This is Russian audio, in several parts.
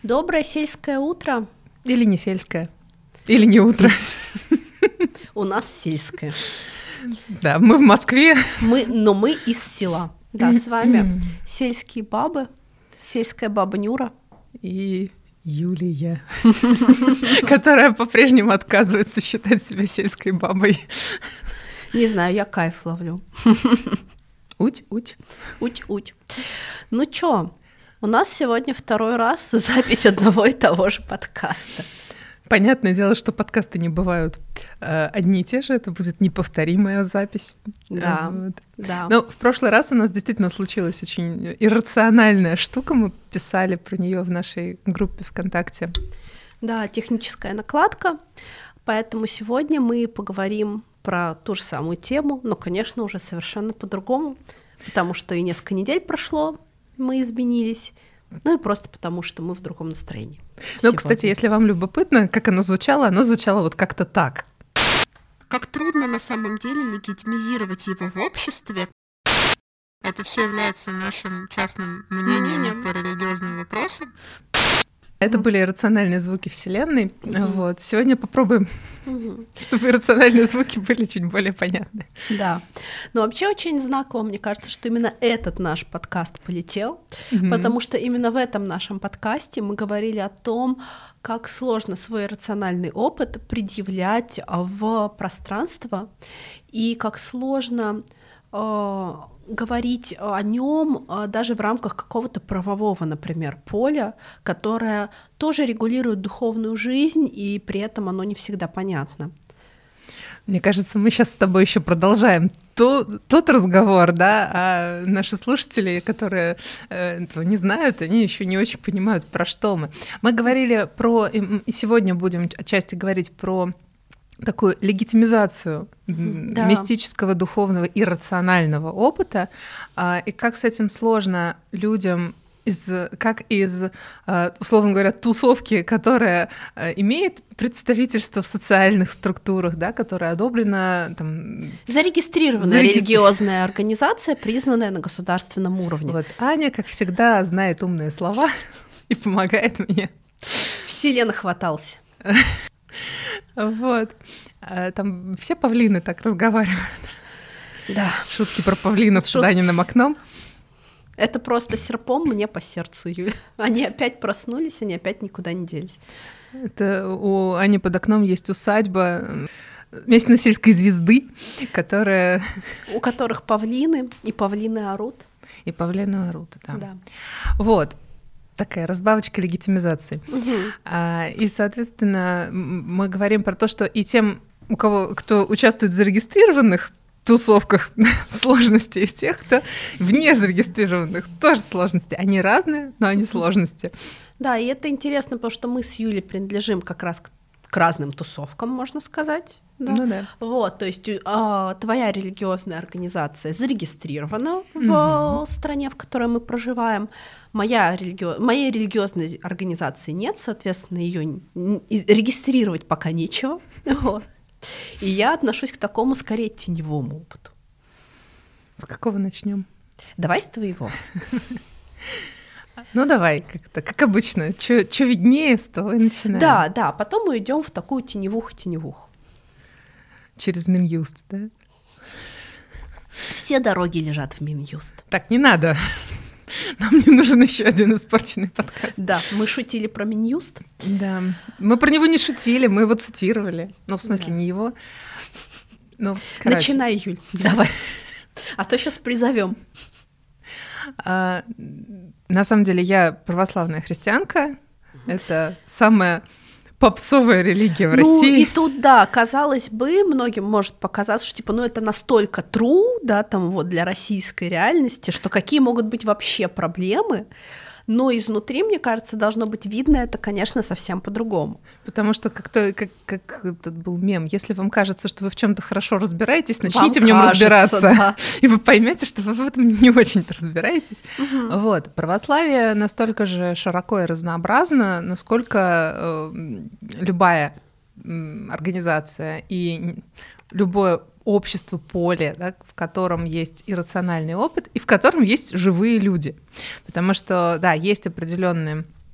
Доброе сельское утро. Или не сельское. Или не утро. У нас сельское. Да, мы в Москве. Но мы из села. Да, с вами сельские бабы, сельская баба Нюра. И Юлия, которая по-прежнему отказывается считать себя сельской бабой. Не знаю, я кайф ловлю. Уть-уть. Уть-уть. Ну чё, у нас сегодня второй раз запись одного и того же подкаста. Понятное дело, что подкасты не бывают одни и те же, это будет неповторимая запись. Да, вот. Да. Но в прошлый раз у нас действительно случилась очень иррациональная штука, мы писали про нее в нашей группе ВКонтакте. Да, техническая накладка, поэтому сегодня мы поговорим про ту же самую тему, но, конечно, уже совершенно по-другому, потому что и несколько недель прошло, мы изменились, ну и просто потому, что мы в другом настроении. Ну, кстати, если вам любопытно, как оно звучало вот как-то так. Как трудно на самом деле легитимизировать его в обществе. Это все является нашим частным мнением по религиозным вопросам. Это были иррациональные звуки Вселенной. Вот. Сегодня попробуем, чтобы иррациональные звуки были чуть более понятны. Да. Но вообще очень знаково, мне кажется, что именно этот наш подкаст полетел, потому что именно в этом нашем подкасте мы говорили о том, как сложно свой иррациональный опыт предъявлять в пространство, и как сложно говорить о нем даже в рамках какого-то правового, например, поля, которое тоже регулирует духовную жизнь, и при этом оно не всегда понятно. Мне кажется, мы сейчас с тобой еще продолжаем тот разговор, да, а наши слушатели, которые этого не знают, они еще не очень понимают, про что мы. Мы говорили и сегодня будем отчасти говорить про такую легитимизацию мистического, духовного, иррационального опыта, и как с этим сложно людям как из, условно говоря, тусовки, которая имеет представительство в социальных структурах, да, которая одобрена... Зарегистрированная религиозная организация, признанная на государственном уровне. Вот. Аня, как всегда, знает умные слова и помогает мне. В селе нахватался. Вот. Там все павлины так разговаривают. Да. Шутки про павлинов с Даниным окном. Это просто серпом мне по сердцу, Юля. Они опять проснулись, они опять никуда не делись. Это у Ани под окном есть усадьба местно-сельской звезды, которая... У которых павлины, и павлины орут. И павлины орут, да. Вот. Такая разбавочка легитимизации. И, соответственно, мы говорим про то, что и тем, кто участвует в зарегистрированных тусовках, сложности, и тех, кто вне зарегистрированных, тоже сложности. Они разные, но они сложности. Да, и это интересно, потому что мы с Юлей принадлежим как раз к разным тусовкам, можно сказать. Да? Ну да. Вот, то есть твоя религиозная организация зарегистрирована в стране, в которой мы проживаем. Моей религиозной организации нет, соответственно, ее регистрировать пока нечего. Вот. И я отношусь к такому скорее теневому опыту. С какого начнем? Давай с твоего. Ну давай, как обычно. Чё виднее, с того и начинаем. Да, потом мы идем в такую теневуху. Через Минюст, да? Все дороги лежат в Минюст. Так, не надо. Нам не нужен еще один испорченный подкаст. Да, мы шутили про Минюст. Да, мы про него не шутили, мы его цитировали. Ну, в смысле, не его. Ну, начинай, Юль, давай. А то сейчас призовем. На самом деле, я православная христианка. Это самая попсовая религия в России. Ну и тут, да, казалось бы, многим может показаться, что типа, это настолько true, да, там вот для российской реальности, что какие могут быть вообще проблемы, но изнутри, мне кажется, должно быть видно это, конечно, совсем по-другому. Потому что как этот был мем, если вам кажется, что вы в чем-то хорошо разбираетесь, начните в нем разбираться, да. И вы поймете, что вы в этом не очень-то разбираетесь. Вот. Православие настолько же широко и разнообразно, насколько любая организация и любое общество, поле, да, в котором есть иррациональный опыт и в котором есть живые люди. Потому что, да, есть определенные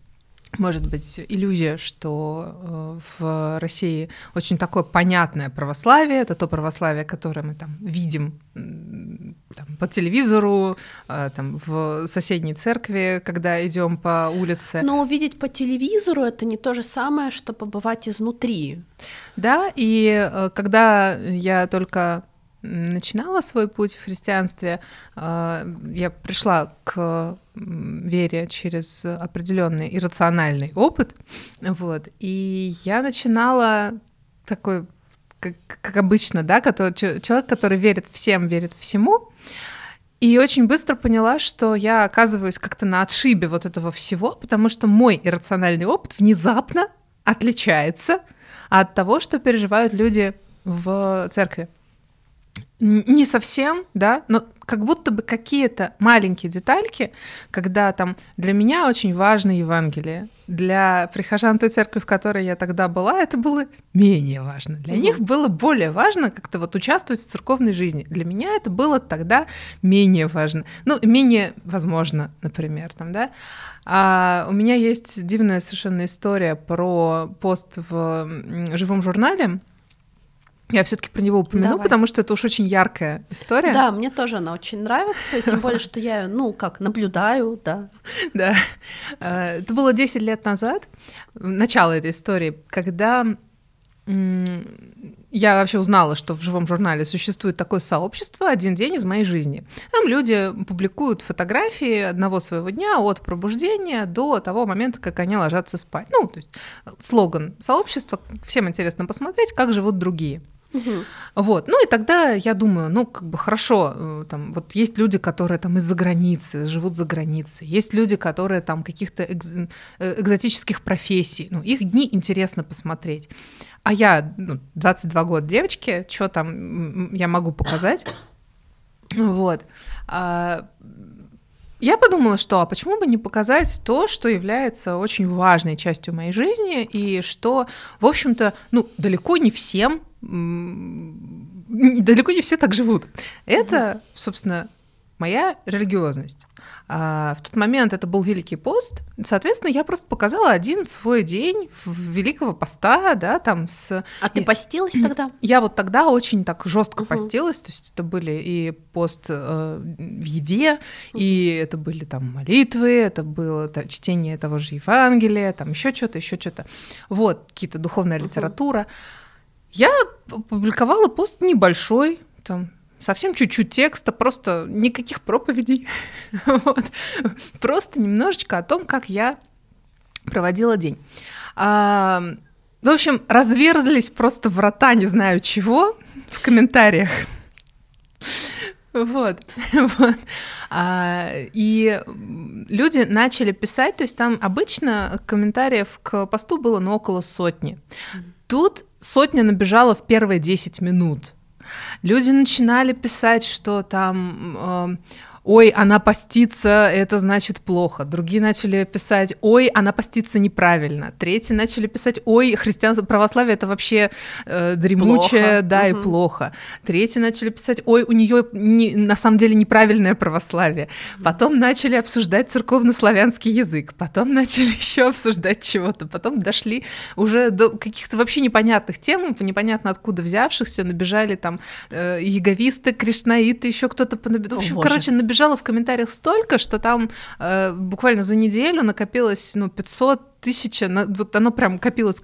может быть, иллюзия, что в России очень такое понятное православие, это то православие, которое мы там видим там, по телевизору, там, в соседней церкви, когда идем по улице. Но увидеть по телевизору — это не то же самое, что побывать изнутри. Да, и когда я только начинала свой путь в христианстве, я пришла к вере через определенный иррациональный опыт, вот, и я начинала такой, как обычно, да, человек, который верит всем, верит всему, и очень быстро поняла, что я оказываюсь как-то на отшибе вот этого всего, потому что мой иррациональный опыт внезапно отличается от того, что переживают люди в церкви. Не совсем, да, но как будто бы какие-то маленькие детальки, когда там для меня очень важно Евангелие, для прихожан той церкви, в которой я тогда была, это было менее важно. Для них было более важно как-то вот участвовать в церковной жизни. Для меня это было тогда менее важно. Ну, менее возможно, например, там, да. А у меня есть дивная совершенно история про пост в живом журнале. Я все-таки про него упомяну, Давай. потому что это уж очень яркая история. Да, мне тоже она очень нравится, тем более, что я ее, наблюдаю, да. Да. Это было 10 лет назад, начало этой истории, когда я вообще узнала, что в живом журнале существует такое сообщество «Один день из моей жизни». Там люди публикуют фотографии одного своего дня от пробуждения до того момента, как они ложатся спать. Ну, то есть слоган сообщества «Всем интересно посмотреть, как живут другие». Вот, ну и тогда я думаю, хорошо, там, вот есть люди, которые там из-за границы, живут за границей, есть люди, которые там каких-то экзотических профессий, их дни интересно посмотреть. А я 22 года девочки, что там я могу показать? Вот. Я подумала, что почему бы не показать то, что является очень важной частью моей жизни, и что, в общем-то, далеко не все так живут. Это, собственно, моя религиозность. В тот момент это был Великий пост. Соответственно, я просто показала один свой день Великого поста, да, там с... А ты постилась тогда? Я вот тогда очень так жестко постилась, то есть это были и пост в еде, и это были там молитвы, это было чтение того же Евангелия, там еще что-то. Вот, какие-то духовная литература. Я публиковала пост небольшой, там, совсем чуть-чуть текста, просто никаких проповедей. Вот. Просто немножечко о том, как я проводила день. В общем, разверзлись просто врата не знаю чего в комментариях. Вот. И люди начали писать, то есть там обычно комментариев к посту было около 100. Тут 100 набежала в первые 10 минут. Люди начинали писать, что там... ой, она постится, это значит плохо. Другие начали писать, ой, она постится неправильно. Третьи начали писать, ой, православие это вообще дремучее, плохо. Да, и плохо. Третьи начали писать, ой, у нее на самом деле неправильное православие. Потом начали обсуждать церковно-славянский язык. Потом начали еще обсуждать чего-то. Потом дошли уже до каких-то вообще непонятных тем, непонятно откуда взявшихся, набежали там яговисты, кришнаиты, еще кто-то. В общем, набежали в комментариях столько, что там буквально за неделю накопилось 500, 1000, вот оно прям копилось.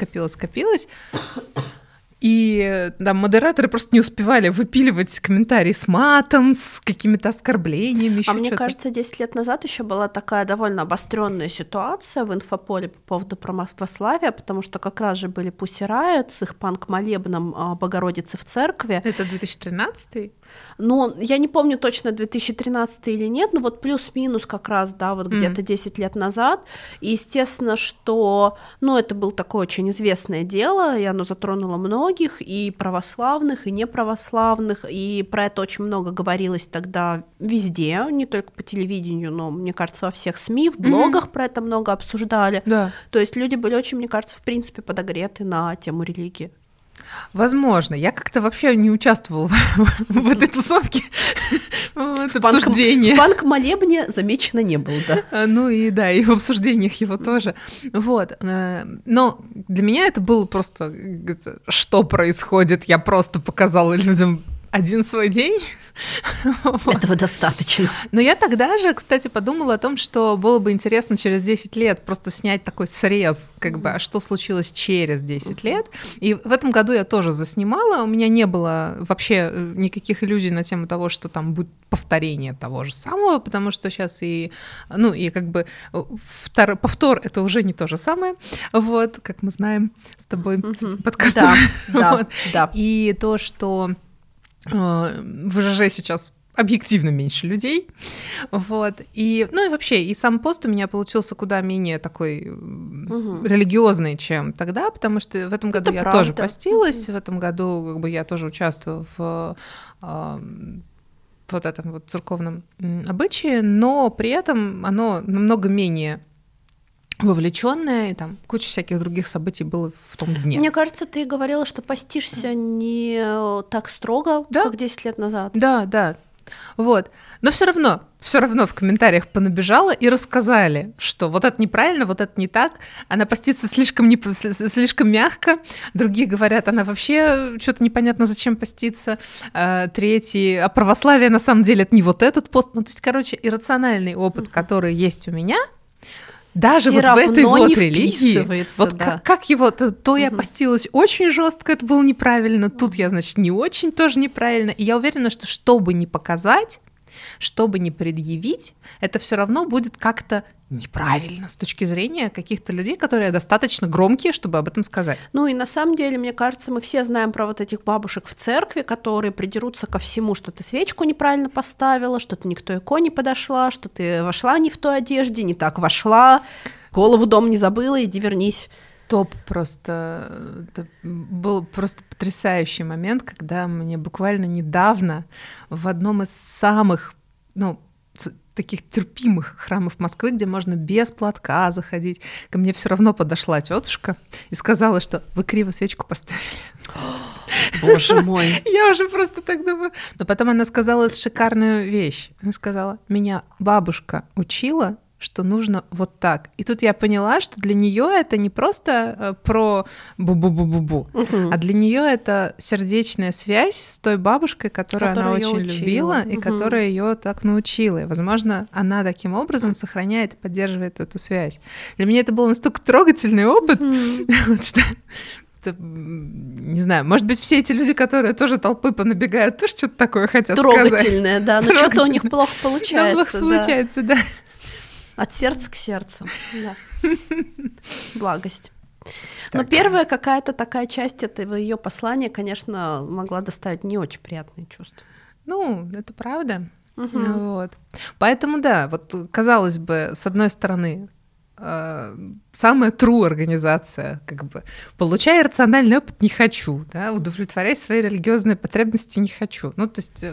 И модераторы просто не успевали выпиливать комментарии с матом, с какими-то оскорблениями. Мне кажется, 10 лет назад еще была такая довольно обостренная ситуация в инфополе по поводу православия, потому что как раз же были Pussy Riot с их панк-молебном Богородицы в церкви. Это 2013-й? Я не помню точно, 2013 или нет, но вот плюс-минус как раз, да, вот где-то 10 лет назад. И естественно, что, это было такое очень известное дело, и оно затронуло многих, и православных, и неправославных, и про это очень много говорилось тогда везде, не только по телевидению, но, мне кажется, во всех СМИ, в блогах про это много обсуждали. Да. То есть люди были очень, мне кажется, в принципе, подогреты на тему религии. Возможно. Я как-то вообще не участвовала в этой тусовке, в обсуждении. В банк-молебне замечено не был, да? Ну и да, и в обсуждениях его тоже. Вот. Но для меня это было просто, что происходит? Я просто показала людям один свой день. Этого достаточно. Но я тогда же, кстати, подумала о том, что было бы интересно через 10 лет просто снять такой срез, как бы, а что случилось через 10 лет. И в этом году я тоже заснимала. У меня не было вообще никаких иллюзий на тему того, что там будет повторение того же самого, потому что сейчас и как бы повтор — это уже не то же самое, вот, как мы знаем с тобой с этим подкастом. Да. И то, что в ЖЖ сейчас объективно меньше людей, вот, и вообще, и сам пост у меня получился куда менее такой религиозный, чем тогда, потому что в этом году я тоже постилась, в этом году как бы я тоже участвую в вот этом вот церковном обычае, но при этом оно намного менее вовлечённая, и там куча всяких других событий было в том дне. Мне кажется, ты говорила, что постишься не так строго, как 10 лет назад. Да. Вот. Но все равно в комментариях понабежало и рассказали, что вот это неправильно, вот это не так, она постится слишком мягко, другие говорят, она вообще что-то непонятно, зачем поститься, третьи, а православие на самом деле это не вот этот пост. Ну, то есть, короче, иррациональный опыт, который есть у меня, даже всё вот в этой вот не религии, вот да. как его, то я постилась очень жестко, это было неправильно, тут я, значит, не очень, тоже неправильно, и я уверена, что чтобы не показать, чтобы не предъявить, это все равно будет как-то неправильно с точки зрения каких-то людей, которые достаточно громкие, чтобы об этом сказать. Ну и на самом деле, мне кажется, мы все знаем про вот этих бабушек в церкви, которые придерутся ко всему, что ты свечку неправильно поставила, что ты не к той иконе подошла, что ты вошла не в той одежде, не так вошла, голову дом не забыла, иди вернись. Топ просто. Это был просто потрясающий момент, когда мне буквально недавно в одном из самых, таких терпимых храмов Москвы, где можно без платка заходить, ко мне все равно подошла тетушка и сказала, что вы криво свечку поставили. Боже мой. Я уже просто так думаю. Но потом она сказала шикарную вещь. Она сказала, меня бабушка учила, что нужно вот так. И тут я поняла, что для нее это не просто про бу-бу-бу-бу-бу, а для нее это сердечная связь с той бабушкой, которую она очень любила и которая ее так научила. И, возможно, она таким образом сохраняет и поддерживает эту связь. Для меня это был настолько трогательный опыт, что... Не знаю, может быть, все эти люди, которые тоже толпой понабегают, тоже что-то такое хотят сказать. Трогательное, да, но что-то у них плохо получается. Получается, да. От сердца к сердцу, да. Благость. Но первая какая-то такая часть этого ее послания, конечно, могла доставить не очень приятные чувства. Ну, это правда. Вот. Поэтому, да, вот казалось бы, с одной стороны, самая true организация, как бы, получай рациональный опыт не хочу, да, удовлетворяй свои религиозные потребности не хочу. Ну, то есть,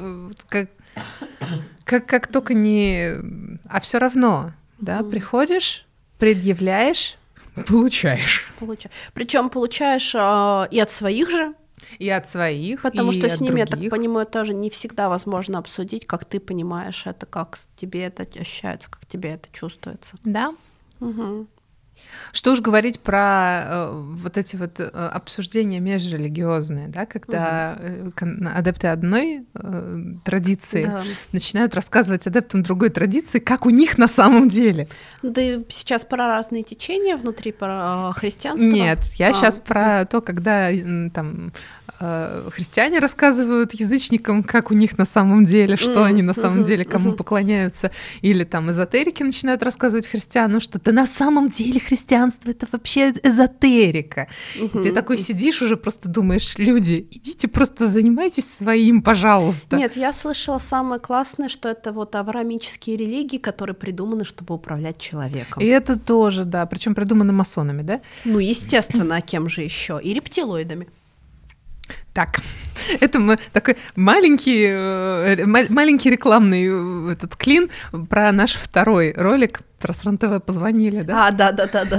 как только не... А все равно, да, приходишь, предъявляешь, получаешь. Причем получаешь и от своих же. И от своих, потому и что от с ними, других. я так понимаю, тоже не всегда возможно обсудить, как ты понимаешь это, как тебе это ощущается, как тебе это чувствуется. Да. Угу. Что уж говорить про вот эти вот обсуждения межрелигиозные, да, когда адепты одной традиции начинают рассказывать адептам другой традиции, как у них на самом деле. Да и сейчас про разные течения внутри христианства. Нет, я сейчас про то, когда там христиане рассказывают язычникам, как у них на самом деле, что они на самом деле, кому поклоняются, или там эзотерики начинают рассказывать христианам, что да на самом деле христианство — это вообще эзотерика. И ты такой сидишь уже, просто думаешь, люди, идите просто занимайтесь своим, пожалуйста. Нет, я слышала самое классное, что это вот авраамические религии, которые придуманы, чтобы управлять человеком. И это тоже, да, причем придуманы масонами, да? Ну, естественно, а кем же еще? И рептилоидами. Так, это мы такой маленький рекламный этот клин про наш второй ролик. Про СРАН-ТВ позвонили, да? Да.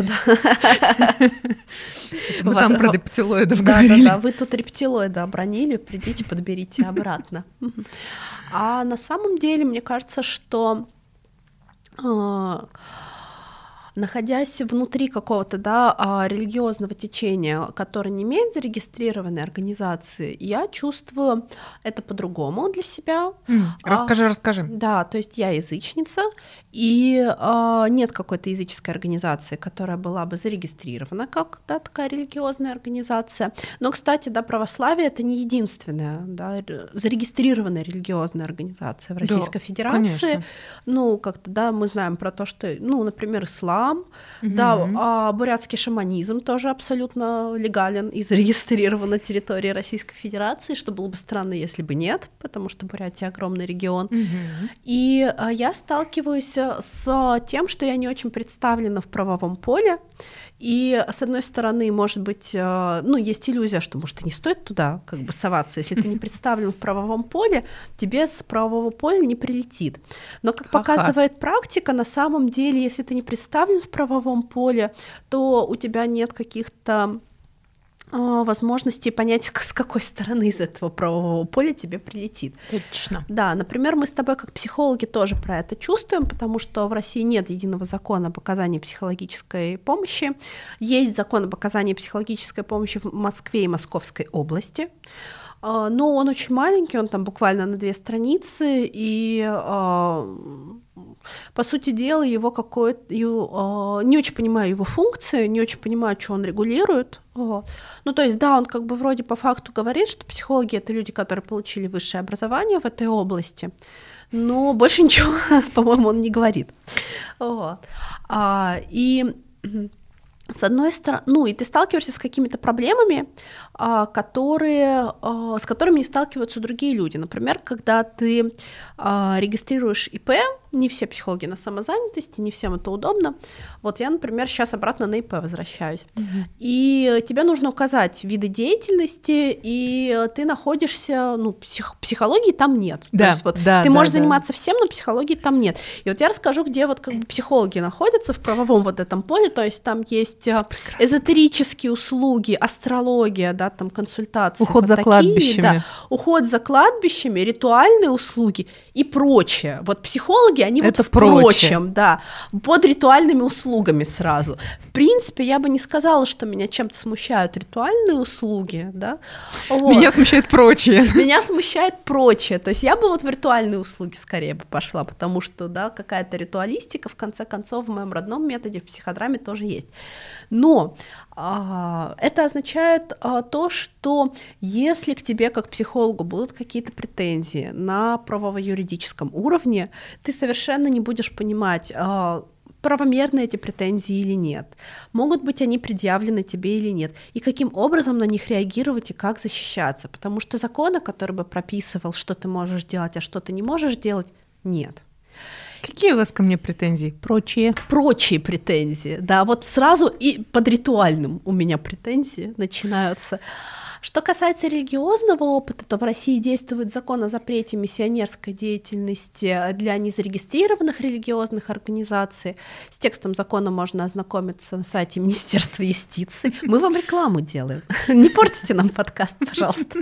Мы там про рептилоидов говорили. Да, вы тут рептилоида обронили, придите, подберите обратно. А на самом деле, мне кажется, что находясь внутри какого-то религиозного течения, которое не имеет зарегистрированной организации, я чувствую это по-другому для себя. Расскажи. Да, то есть я язычница, и нет какой-то языческой организации, которая была бы зарегистрирована как такая религиозная организация. Но, кстати, православие — это не единственная зарегистрированная религиозная организация в Российской Федерации. Конечно. Как-то, мы знаем про то, что, например, ислам, бурятский шаманизм тоже абсолютно легален и зарегистрирован на территории Российской Федерации, что было бы странно, если бы нет, потому что Бурятия огромный регион. И я сталкиваюсь с тем, что я не очень представлена в правовом поле, и, с одной стороны, может быть, есть иллюзия, что, может, и не стоит туда соваться, если ты не представлен в правовом поле, тебе с правового поля не прилетит. Но, как показывает практика, на самом деле, если ты не представлен в правовом поле, то у тебя нет каких-то возможности понять, с какой стороны из этого правового поля тебе прилетит. Точно. Да, например, мы с тобой как психологи тоже про это чувствуем, потому что в России нет единого закона об оказании психологической помощи. Есть закон об оказании психологической помощи в Москве и Московской области, но он очень маленький, он там буквально на 2 страницы, и по сути дела не очень понимаю его функции, не очень понимаю, что он регулирует. То есть, он вроде по факту говорит, что психологи — это люди, которые получили высшее образование в этой области, но больше ничего, по-моему, он не говорит. С одной стороны, и ты сталкиваешься с какими-то проблемами, с которыми не сталкиваются другие люди. Например, когда ты регистрируешь ИП, не все психологи на самозанятости, не всем это удобно. Я, например, сейчас обратно на ИП возвращаюсь. И тебе нужно указать виды деятельности, и ты находишься, психологии там нет. Да, То есть, ты можешь заниматься всем, но психологии там нет. И я расскажу, где психологи находятся в правовом этом поле, то есть там есть эзотерические услуги, астрология, там консультации. Уход за кладбищами. Уход за кладбищами, ритуальные услуги и прочее. Психологи, они это в прочем, под ритуальными услугами сразу. В принципе, я бы не сказала, что меня чем-то смущают ритуальные услуги, Меня смущает прочее. Меня смущает прочее. То есть я бы в ритуальные услуги скорее бы пошла, потому что, какая-то ритуалистика, в конце концов, в моем родном методе, в психодраме тоже есть. Но это означает то, что если к тебе как психологу будут какие-то претензии на правово-юридическом уровне, ты совершенно не будешь понимать, правомерны эти претензии или нет, могут быть они предъявлены тебе или нет, и каким образом на них реагировать и как защищаться, потому что закона, который бы прописывал, что ты можешь делать, а что ты не можешь делать, нет. Какие у вас ко мне претензии? Прочие претензии, сразу и под ритуальным у меня претензии начинаются. Что касается религиозного опыта, то в России действует закон о запрете миссионерской деятельности для незарегистрированных религиозных организаций. С текстом закона можно ознакомиться на сайте Министерства юстиции. Мы вам рекламу делаем. Не портите нам подкаст, пожалуйста.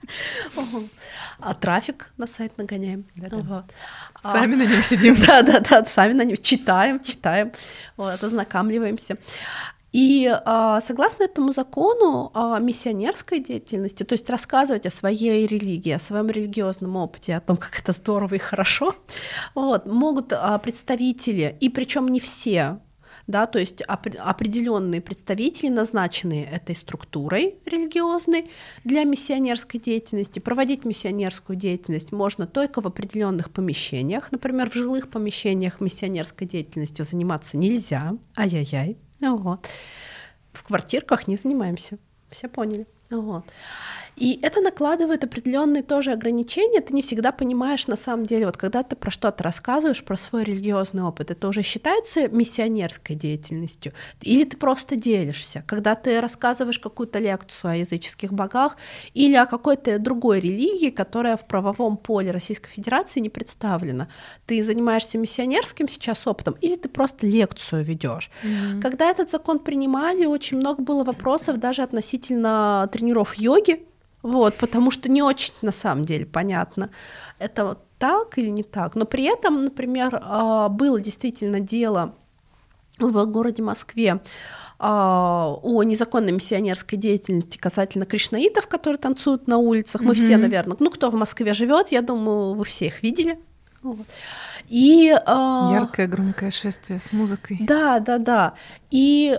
Трафик на сайт нагоняем. Сами на нем сидим. Да, сами на нем читаем, ознакомливаемся. И согласно этому закону о миссионерской деятельности, то есть рассказывать о своей религии, о своем религиозном опыте, о том, как это здорово и хорошо, могут представители, и причем не все, то есть определенные представители, назначенные этой структурой религиозной для миссионерской деятельности. Проводить миссионерскую деятельность можно только в определенных помещениях, например, в жилых помещениях миссионерской деятельностью заниматься нельзя, ай-яй-яй. В квартирках не занимаемся, все поняли. Вот. И это накладывает определенные тоже ограничения, ты не всегда понимаешь на самом деле, вот когда ты про что-то рассказываешь, про свой религиозный опыт, это уже считается миссионерской деятельностью, или ты просто делишься, когда ты рассказываешь какую-то лекцию о языческих богах или о какой-то другой религии, которая в правовом поле Российской Федерации не представлена, ты занимаешься миссионерским сейчас опытом, или ты просто лекцию ведешь. Когда этот закон принимали, очень много было вопросов даже относительно тренеров йоги, вот, потому что не очень, на самом деле, понятно, это вот так или не так. Но при этом, например, было действительно дело в городе Москве о незаконной миссионерской деятельности касательно кришнаитов, которые танцуют на улицах. Мы все, наверное, кто в Москве живет, я думаю, вы все их видели. Вот. И яркое громкое шествие с музыкой. Да. И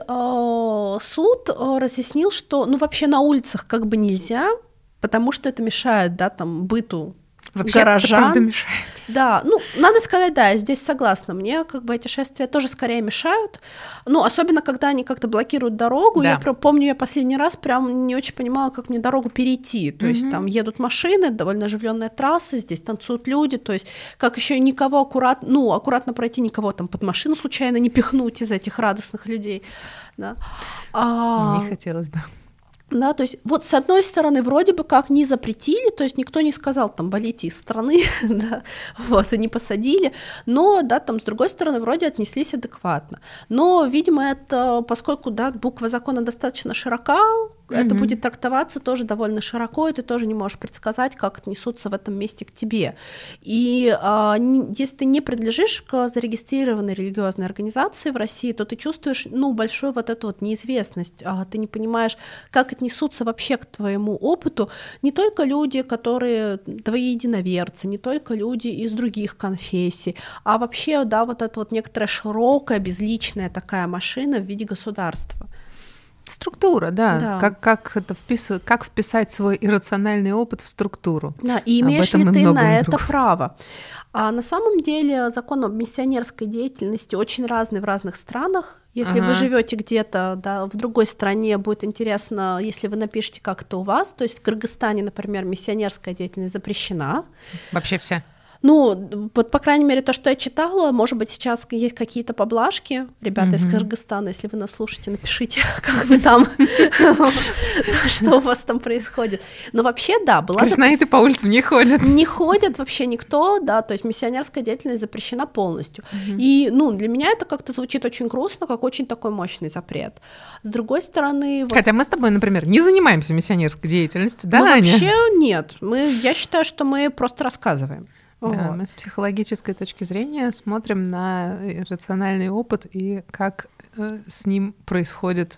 суд разъяснил, что вообще на улицах как бы нельзя, потому что это мешает, да, там, быту вообще горожан. Правда мешает. Да, надо сказать, да, я здесь согласна. Мне как бы эти шествия тоже скорее мешают. Особенно, когда они как-то блокируют дорогу. Да. Я помню, я последний раз прям не очень понимала, как мне дорогу перейти. То есть там едут машины, довольно оживленная трасса, здесь танцуют люди. То есть как еще никого аккуратно пройти, никого там под машину случайно не пихнуть из этих радостных людей. Да. Не хотелось бы. Да, то есть вот с одной стороны вроде бы как не запретили, то есть никто не сказал там валите из страны, да, вот, и не посадили, но, да, там с другой стороны вроде отнеслись адекватно. Но, видимо, это, поскольку, да, буква закона достаточно широка, это будет трактоваться тоже довольно широко, и ты тоже не можешь предсказать, как отнесутся в этом месте к тебе. И если ты не принадлежишь к зарегистрированной религиозной организации в России, то ты чувствуешь, большую вот эту вот неизвестность, ты не понимаешь, как отнесутся вообще к твоему опыту не только люди, которые твои единоверцы, не только люди из других конфессий, а вообще, да, вот эта вот некоторая широкая, безличная такая машина в виде государства. Структура, да. Как вписать свой иррациональный опыт в структуру. Да, и имеешь ли ты на это право? А на самом деле закон об миссионерской деятельности очень разный в разных странах. Если вы живете где-то, да, в другой стране, будет интересно, если вы напишите, как это у вас. То есть в Кыргызстане, например, миссионерская деятельность запрещена. Вообще вся? Вот, по крайней мере, то, что я читала, может быть, сейчас есть какие-то поблажки. Ребята из Кыргызстана, если вы нас слушаете, напишите, как вы там, что у вас там происходит. Но вообще, да, была... Кришнаиты по улицам не ходят. Не ходят вообще никто, да, то есть миссионерская деятельность запрещена полностью. И, для меня это как-то звучит очень грустно, как очень такой мощный запрет. С другой стороны... Хотя мы с тобой, например, не занимаемся миссионерской деятельностью, да, Аня? Вообще нет. Я считаю, что мы просто рассказываем. Да, мы с психологической точки зрения смотрим на рациональный опыт и как с ним происходит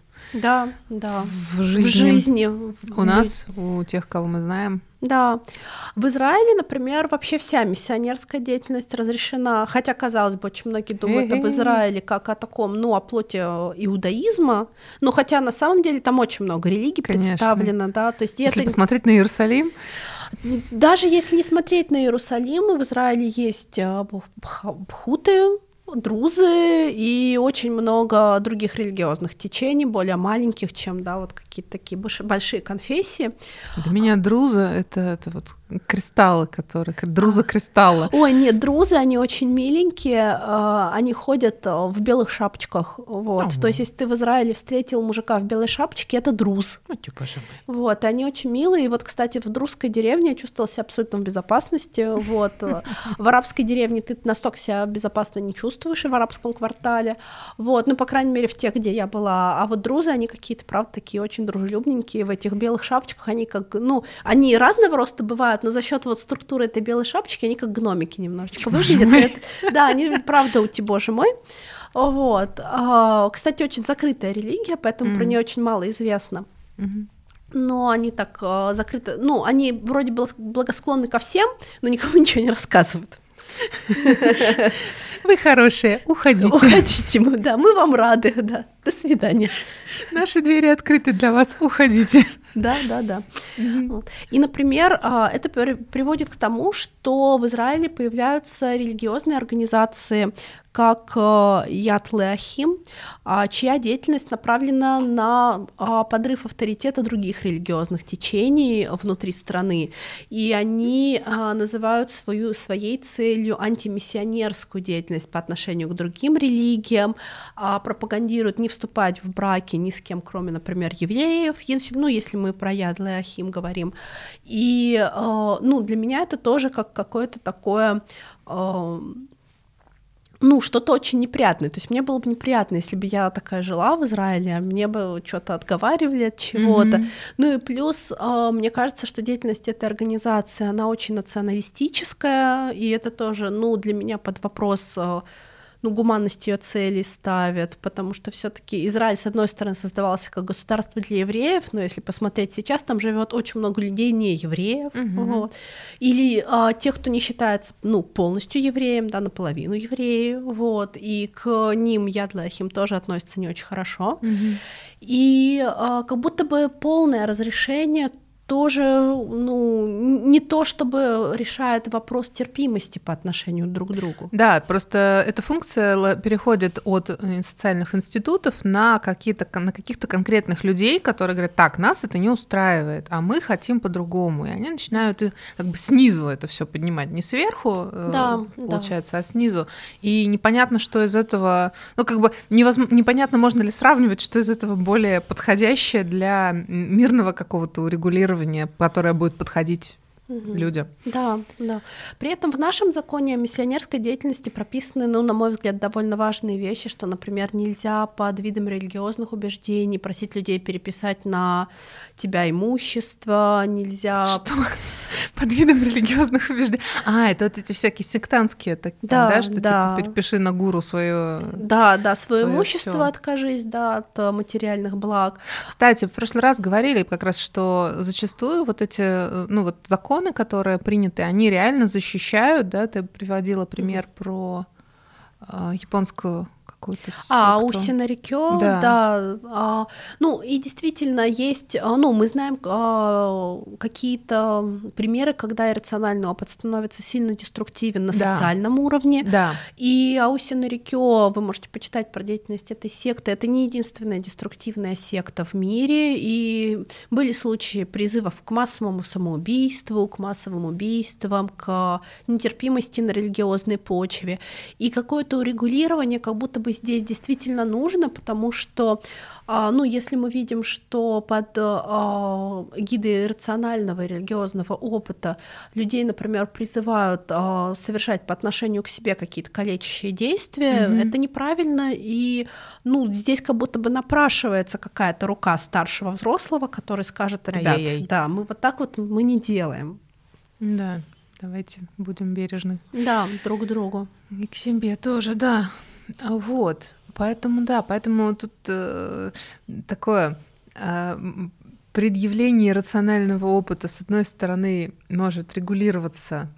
в жизни. У нас, у тех, кого мы знаем. Да. В Израиле, например, вообще вся миссионерская деятельность разрешена, хотя, казалось бы, очень многие думают об Израиле как о таком, о плоти иудаизма, но хотя на самом деле там очень много религий представлено, да, то есть если посмотреть на Иерусалим, даже если не смотреть на Иерусалим, в Израиле есть бхуты, друзы и очень много других религиозных течений, более маленьких, чем, да, вот какие-то такие большие конфессии. Для меня друзы — это вот кристаллы, которые... Друза кристалла. Ой, нет, друзы, они очень миленькие, они ходят в белых шапочках, вот. То есть, если ты в Израиле встретил мужика в белой шапочке, это друз. Вот, они очень милые. И вот, кстати, в друзской деревне я чувствовала себя абсолютно в безопасности, вот. В арабской деревне ты настолько себя безопасно не чувствуешь, и в арабском квартале, вот, по крайней мере, в тех, где я была. А вот друзы, они какие-то, правда, такие очень дружелюбненькие, в этих белых шапочках, они как, они разного роста бывают, но за счет вот структуры этой белой шапочки они как гномики немножечко выглядят. Да, они, правда, боже мой. Вот. Кстати, очень закрытая религия, поэтому про нее очень мало известно. Но они так закрыты, они вроде благосклонны ко всем, но никому ничего не рассказывают. Вы хорошие, уходите. Уходите, мы вам рады, да. До свидания. Наши двери открыты для вас, уходите. Да. Вот. И, например, это приводит к тому, что в Израиле появляются религиозные организации, как Яд Леахим, чья деятельность направлена на подрыв авторитета других религиозных течений внутри страны. И они называют своей целью антимиссионерскую деятельность по отношению к другим религиям, пропагандируют не вступать в браки ни с кем, кроме, например, евреев, если мы про Яд Леахим говорим. И для меня это тоже как какое-то такое что-то очень неприятное. То есть мне было бы неприятно, если бы я такая жила в Израиле, мне бы что-то отговаривали от чего-то. Ну и плюс, мне кажется, что деятельность этой организации, она очень националистическая, и это тоже, для меня под вопрос гуманность ее целей ставят, потому что все-таки Израиль, с одной стороны, создавался как государство для евреев, но если посмотреть сейчас, там живет очень много людей не евреев, или тех, кто не считается полностью евреем, наполовину евреи, и к ним Яд Леахим тоже относится не очень хорошо, и как будто бы полное разрешение тоже, не то чтобы решает вопрос терпимости по отношению друг к другу. Да, просто эта функция переходит от социальных институтов на каких-то конкретных людей, которые говорят: так, нас это не устраивает, а мы хотим по-другому. И они начинают как бы снизу это все поднимать, не сверху, получается, а снизу. И непонятно, что из этого, непонятно, можно ли сравнивать, что из этого более подходящее для мирного какого-то урегулирования, которое будет подходить людям. Да. При этом в нашем законе о миссионерской деятельности прописаны, на мой взгляд, довольно важные вещи, что, например, нельзя под видом религиозных убеждений просить людей переписать на тебя имущество, нельзя... Что? Под видом религиозных убеждений? Это вот эти всякие сектантские, что типа перепиши на гуру свое... свое имущество всё. Откажись, от материальных благ. Кстати, в прошлый раз говорили как раз, что зачастую вот эти, законы, которые приняты, они реально защищают, ты приводила пример про японскую какую-то секту. Усинарикё, да. И действительно есть, мы знаем какие-то примеры, когда иррациональный опыт становится сильно деструктивен на социальном уровне. Да. И Усинарикё, вы можете почитать про деятельность этой секты, это не единственная деструктивная секта в мире, и были случаи призывов к массовому самоубийству, к массовым убийствам, к нетерпимости на религиозной почве. И какое-то урегулирование как будто бы здесь действительно нужно, потому что, если мы видим, что под эгидой иррационального и религиозного опыта людей, например, призывают совершать по отношению к себе какие-то калечащие действия, это неправильно, и здесь как будто бы напрашивается какая-то рука старшего взрослого, который скажет: ребят, мы вот так вот мы не делаем. Да, давайте будем бережны. Да, друг к другу. И к себе тоже, да. Поэтому тут такое предъявление рационального опыта, с одной стороны, может регулироваться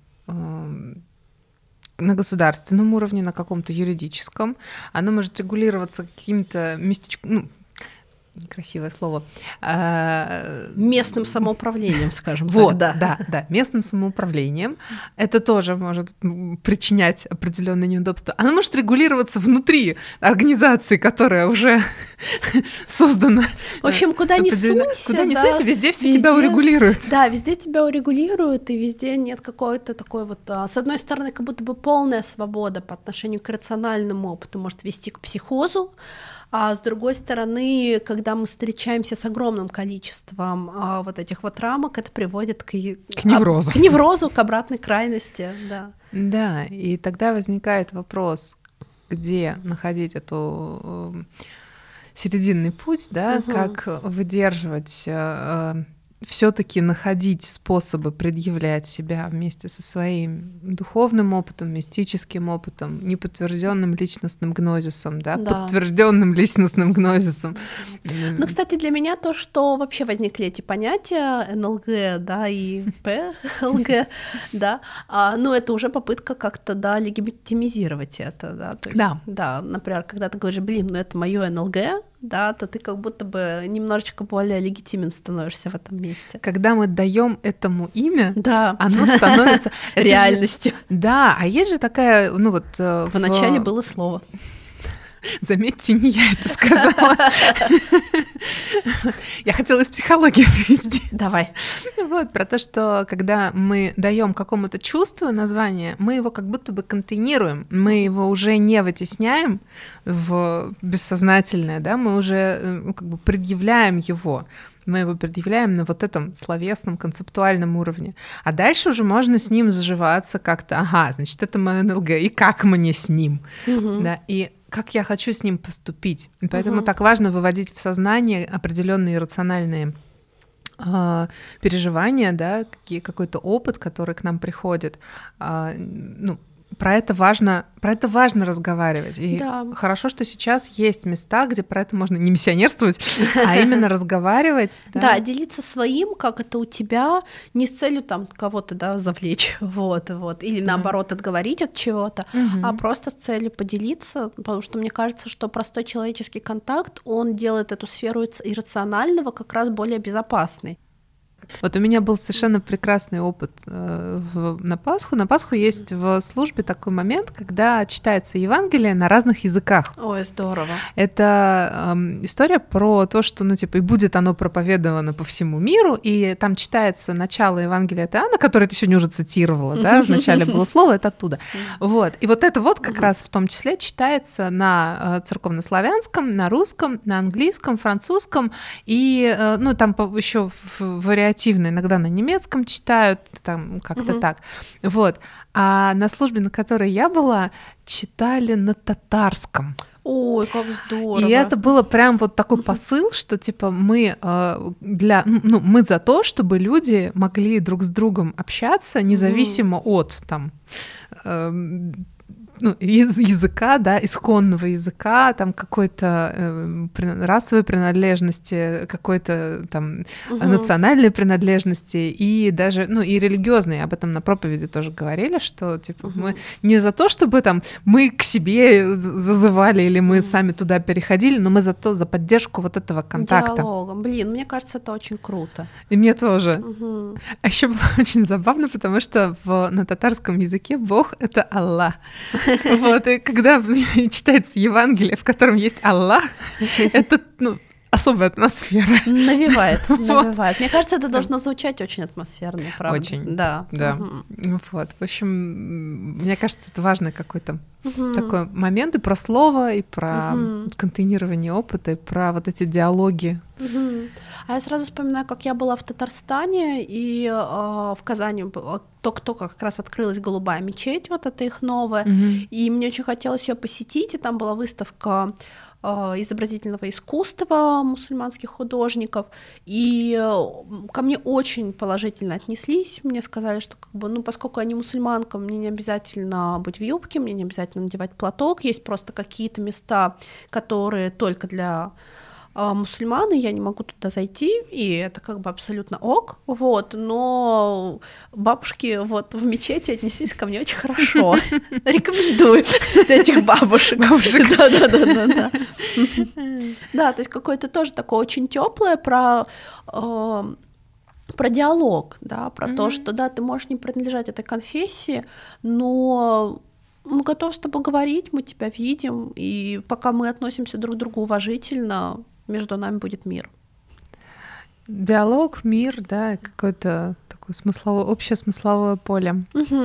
на государственном уровне, на каком-то юридическом, оно может регулироваться каким-то некрасивое слово. Местным самоуправлением, скажем так. Да, местным самоуправлением. Это тоже может причинять определенные неудобства. Оно может регулироваться внутри организации, которая уже создана. В общем, куда ни сунься, везде тебя урегулируют. Да, везде тебя урегулируют, и везде нет какой-то такой с одной стороны, как будто бы полная свобода по отношению к рациональному опыту может вести к психозу, а с другой стороны, когда мы встречаемся с огромным количеством вот этих вот рамок, это приводит к неврозу. К неврозу, к обратной крайности, да. Да, и тогда возникает вопрос, где находить эту серединный путь, как выдерживать, всё-таки находить способы предъявлять себя вместе со своим духовным опытом, мистическим опытом, неподтвержденным личностным гнозисом, подтвержденным личностным гнозисом. Кстати, для меня то, что вообще возникли эти понятия НЛГ, и ПЛГ, это уже попытка как-то, легитимизировать это, то есть, например, когда ты говоришь: это моё НЛГ, да, то ты как будто бы немножечко более легитимен становишься в этом месте. Когда мы даем этому имя, да. оно становится реальностью. Да, а есть же такая, ну вот... В начале было слово. Заметьте, не я это сказала. Я хотела из психологии привести. Давай. Вот, про то, что когда мы даем какому-то чувству название, мы его как будто бы контейнируем, мы его уже не вытесняем в бессознательное, да, мы уже как бы предъявляем его. Мы его предъявляем на вот этом словесном, концептуальном уровне. А дальше уже можно с ним сживаться как-то. Ага, значит, это мое НЛГ, и как мне с ним? Да, и как я хочу с ним поступить. И поэтому так важно выводить в сознание определенные рациональные переживания, да, какой-то опыт, который к нам приходит. Ну, про это важно разговаривать. И хорошо, что сейчас есть места, где про это можно не миссионерствовать, а именно разговаривать. Да, делиться своим, как это у тебя, не с целью там кого-то, да, завлечь, вот, или наоборот отговорить от чего-то, а просто с целью поделиться, потому что мне кажется, что простой человеческий контакт, он делает эту сферу иррационального как раз более безопасной. Вот у меня был совершенно прекрасный опыт на Пасху. На Пасху есть в службе такой момент, когда читается Евангелие на разных языках. Ой, здорово. Это история про то, что, ну, типа, и будет оно проповедовано по всему миру, и там читается начало Евангелия от Иоанна, которое ты сегодня уже цитировала, да, в начале было слово, это оттуда. Вот. И вот это вот как раз в том числе читается на церковнославянском, на русском, на английском, французском, и, ну, там еще вариативно иногда на немецком читают, там как-то так. Вот. А на службе, на которой я была, читали на татарском. Ой, как здорово. И это было прям вот такой посыл, что типа мы мы за то, чтобы люди могли друг с другом общаться, независимо от там языка, да, исконного языка, там какой-то расовой принадлежности, какой-то там национальной принадлежности и даже, ну, и религиозной. Об этом на проповеди тоже говорили, что типа мы не за то, чтобы там мы к себе зазывали или мы сами туда переходили, но мы за поддержку вот этого контакта. Диалогом. Блин, мне кажется, это очень круто. И мне тоже. А еще было очень забавно, потому что на татарском языке Бог — это Аллах. Вот, и когда читается Евангелие, в котором есть Аллах, это, ну, особая атмосфера. Навевает. Мне кажется, это должно звучать очень атмосферно, правда? Очень. Да. Вот, в общем, мне кажется, это важный какой-то такой момент и про слово, и про контейнирование опыта, и про вот эти диалоги. А я сразу вспоминаю, как я была в Татарстане, и в Казани только как раз открылась Голубая мечеть, вот это их новая, и мне очень хотелось ее посетить, и там была выставка изобразительного искусства мусульманских художников, и ко мне очень положительно отнеслись, мне сказали, что как бы, ну, поскольку я не мусульманка, мне не обязательно быть в юбке, мне не обязательно надевать платок, есть просто какие-то места, которые только для мусульман, и я не могу туда зайти, и это как бы абсолютно ок, вот, но бабушки вот в мечети отнеслись ко мне очень хорошо. Рекомендую этих бабушек. Да. Да, то есть какое-то тоже такое очень теплое про диалог, да, про то, что, да, ты можешь не принадлежать этой конфессии, но мы готовы с тобой говорить, мы тебя видим, и пока мы относимся друг к другу уважительно, между нами будет мир. Диалог, мир, да, какое-то такое общее смысловое поле.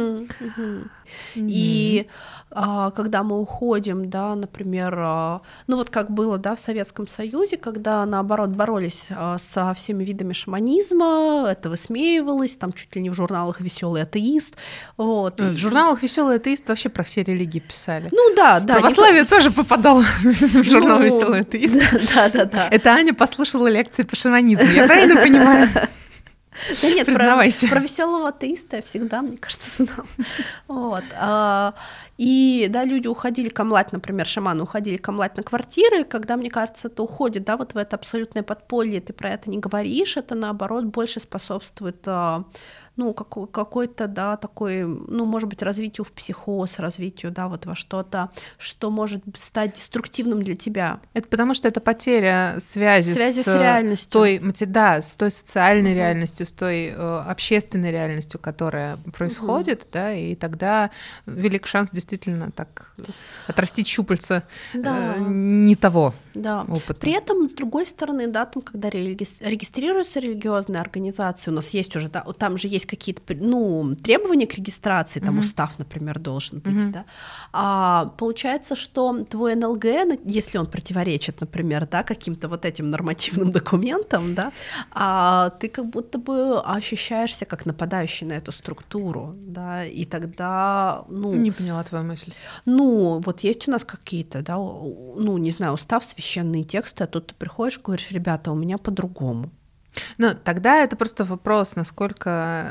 И когда мы уходим, да, например, ну вот как было, да, в Советском Союзе, когда, наоборот, боролись со всеми видами шаманизма, это высмеивалось, там чуть ли не в журналах «Веселый атеист». Вот. В журналах «Веселый атеист» вообще про все религии писали. Ну да. Православие тоже попадало в журнал «Веселый атеист». Да. Это Аня послушала лекции по шаманизму, я правильно понимаю? Да нет, признавайся. Про веселого атеиста я всегда, мне кажется, знала. Вот. И да, люди уходили камлать, например, шаманы уходили камлать на квартиры, когда, мне кажется, это уходит, да, вот в это абсолютное подполье, ты про это не говоришь, это, наоборот, больше способствует какой-то, да, такой, может быть, развитию в психоз, развитию, да, вот во что-то, что может стать деструктивным для тебя. Это потому что это потеря связи с реальностью. С той социальной реальностью, с той общественной реальностью, которая происходит, да, и тогда велик шанс действительно так отрастить щупальца не того опыта. При этом, с другой стороны, да, там, когда регистрируются религиозные организации, у нас есть уже, да, там же есть какие-то, требования к регистрации, там устав, например, должен быть, да. Получается, что твой НЛГ, если он противоречит, например, да, каким-то вот этим нормативным документам, да, ты как будто бы ощущаешься как нападающий на эту структуру, да, и тогда, Не поняла твою мысль. Вот есть у нас какие-то, да, не знаю, устав, священные тексты, а тут ты приходишь и говоришь: ребята, у меня по-другому. Тогда это просто вопрос, насколько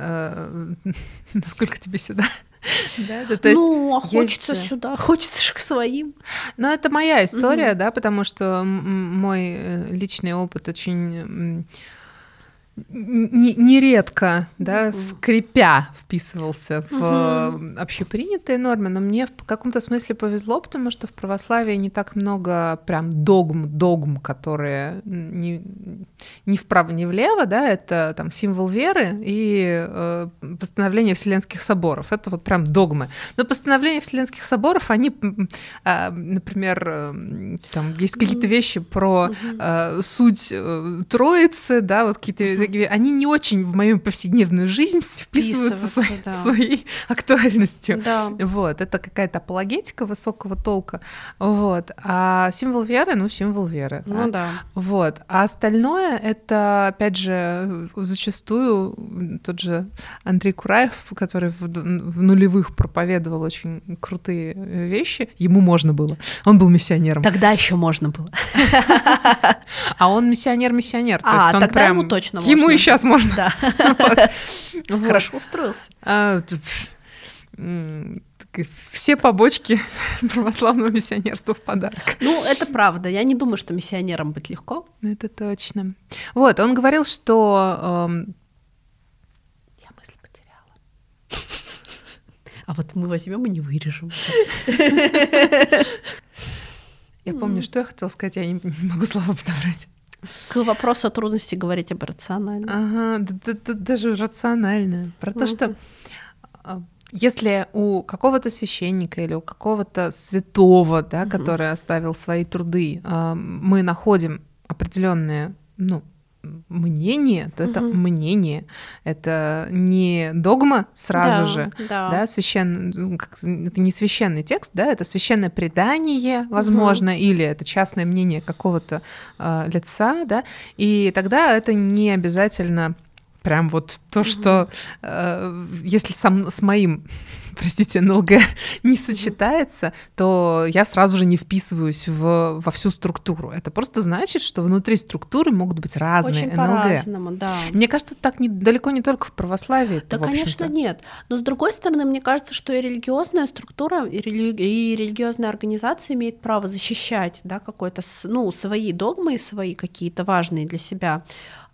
тебе сюда. Да, то есть хочется сюда, хочется же к своим. Но это моя история, да, потому что мой личный опыт очень нередко, да, скрипя вписывался в общепринятые нормы, но мне в каком-то смысле повезло, потому что в православии не так много прям догм, которые ни вправо, ни влево, да, это там символ веры и постановление Вселенских соборов, это вот прям догмы. Но постановления Вселенских соборов, они, например, там есть какие-то вещи про суть Троицы, да, вот какие-то они не очень в мою повседневную жизнь вписываются своей актуальностью. Да. Вот, это какая-то апологетика высокого толка. Вот. А символ веры, символ веры. Да. Вот. А остальное это, опять же, зачастую тот же Андрей Кураев, который в нулевых проповедовал очень крутые вещи, ему можно было. Он был миссионером. Тогда еще можно было. А он миссионер. То есть он тогда прям... ему точно можно. Ему и сейчас можно. Да. Хорошо устроился. Все побочки православного миссионерства в подарок. Это правда. Я не думаю, что миссионером быть легко. Это точно. Вот, он говорил, что... Я мысль потеряла. А вот мы возьмем и не вырежем. Я помню, что я хотела сказать, я не могу слова подобрать. К вопросу о трудности говорить об рациональном. Ага, даже рационально. Про то, что если у какого-то священника или у какого-то святого, да, который оставил свои труды, мы находим определенные, мнение, то это мнение, это не догма сразу же, да, священный, это не священный текст, да, это священное предание, возможно, или это частное мнение какого-то лица, да, и тогда это не обязательно прям вот то, что если с моим, простите, НЛГ не сочетается, то я сразу же не вписываюсь во всю структуру. Это просто значит, что внутри структуры могут быть разные очень НЛГ. По-разному, да. Мне кажется, так далеко не только в православии. Да, конечно, нет. Но, с другой стороны, мне кажется, что и религиозная структура, и религиозная организация имеет право защищать, да, какой-то, свои догмы, свои какие-то важные для себя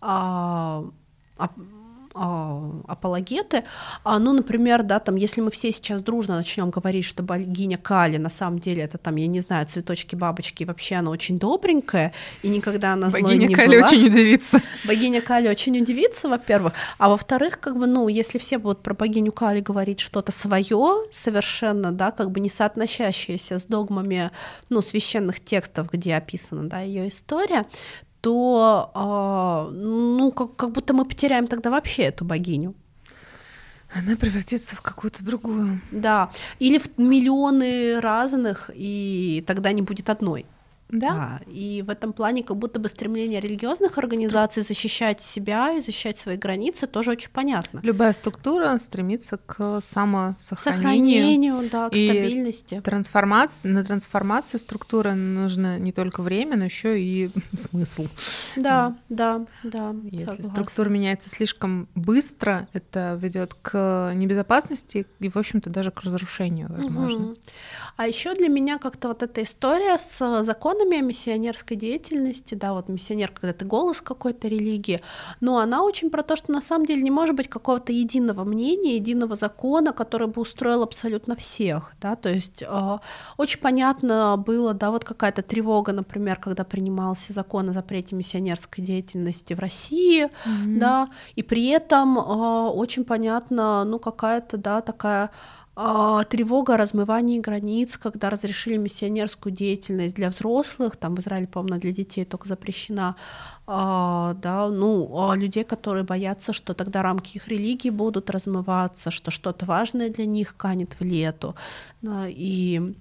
апологеты, например, да, там, если мы все сейчас дружно начнем говорить, что богиня Кали на самом деле это там, я не знаю, цветочки, бабочки, вообще она очень добренькая, и никогда она злой не была. Богиня Кали очень удивится. Богиня Кали очень удивится, во-первых, а во-вторых, если все будут про богиню Кали говорить что-то свое, совершенно, да, не соотносящееся с догмами, священных текстов, где описана, да, ее история, то как будто мы потеряем тогда вообще эту богиню. Она превратится в какую-то другую. Да, или в миллионы разных, и тогда не будет одной. Да. И в этом плане как будто бы стремление религиозных организаций защищать себя и защищать свои границы тоже очень понятно. Любая структура стремится к самосохранению, да, к стабильности. На трансформацию структуры нужно не только время, но еще и смысл. Да. Если согласна. структура меняется слишком быстро, это ведет к небезопасности и, в общем-то, даже к разрушению, возможно. А еще для меня как-то вот эта история с законом законами о миссионерской деятельности, да, вот миссионер, когда ты голос какой-то религии, но она очень про то, что на самом деле не может быть какого-то единого мнения, единого закона, который бы устроил абсолютно всех, да, то есть очень понятно было, да, вот какая-то тревога, например, когда принимался закон о запрете миссионерской деятельности в России, да, и при этом очень понятно, ну, какая-то, да, такая тревога о размывании границ, когда разрешили миссионерскую деятельность для взрослых, там в Израиле, по-моему, для детей только запрещена, да, ну, людей, которые боятся, что тогда рамки их религии будут размываться, что что-то важное для них канет в лету, да, и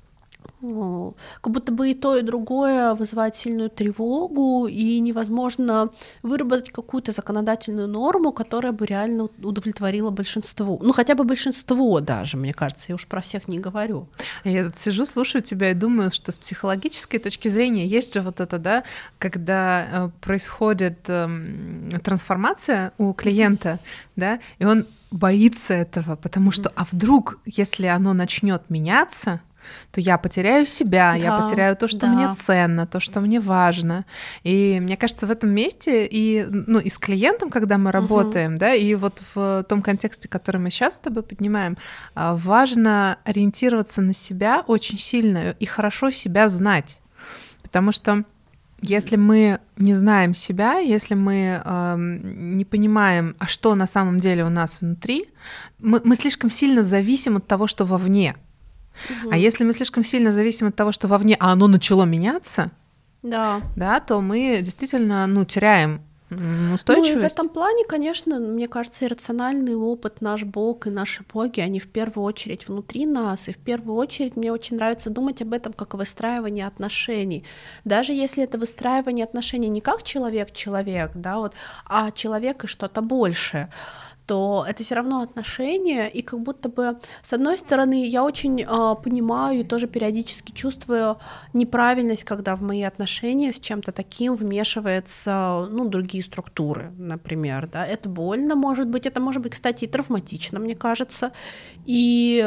как будто бы и то, и другое вызывает сильную тревогу, и невозможно выработать какую-то законодательную норму, которая бы реально удовлетворила большинству. Ну, хотя бы большинство даже, мне кажется, я уж про всех не говорю. Я тут сижу, слушаю тебя и думаю, что с психологической точки зрения есть же вот это, да, когда происходит трансформация у клиента, да, и он боится этого, потому что, а вдруг, если оно начнет меняться, то я потеряю себя, да, я потеряю то, что мне ценно, то, что мне важно. И мне кажется, в этом месте и, ну, и с клиентом, когда мы работаем, да, и вот в том контексте, который мы сейчас с тобой поднимаем, важно ориентироваться на себя очень сильно и хорошо себя знать. Потому что если мы не знаем себя, если мы не понимаем, а что на самом деле у нас внутри, мы слишком сильно зависим от того, что вовне. А если мы слишком сильно зависим от того, что вовне, а оно начало меняться, да, то мы действительно, ну, теряем устойчивость. Ну и в этом плане, конечно, мне кажется, иррациональный опыт, наш Бог и наши боги, они в первую очередь внутри нас, и в первую очередь мне очень нравится думать об этом как о выстраивании отношений. Даже если это выстраивание отношений не как человек-человек, да, вот, а человек и что-то большее, то это все равно отношения, и как будто бы, с одной стороны, я очень понимаю и тоже периодически чувствую неправильность, когда в мои отношения с чем-то таким вмешиваются, ну, другие структуры, например, да, это больно, может быть, это может быть, кстати, и травматично, мне кажется, и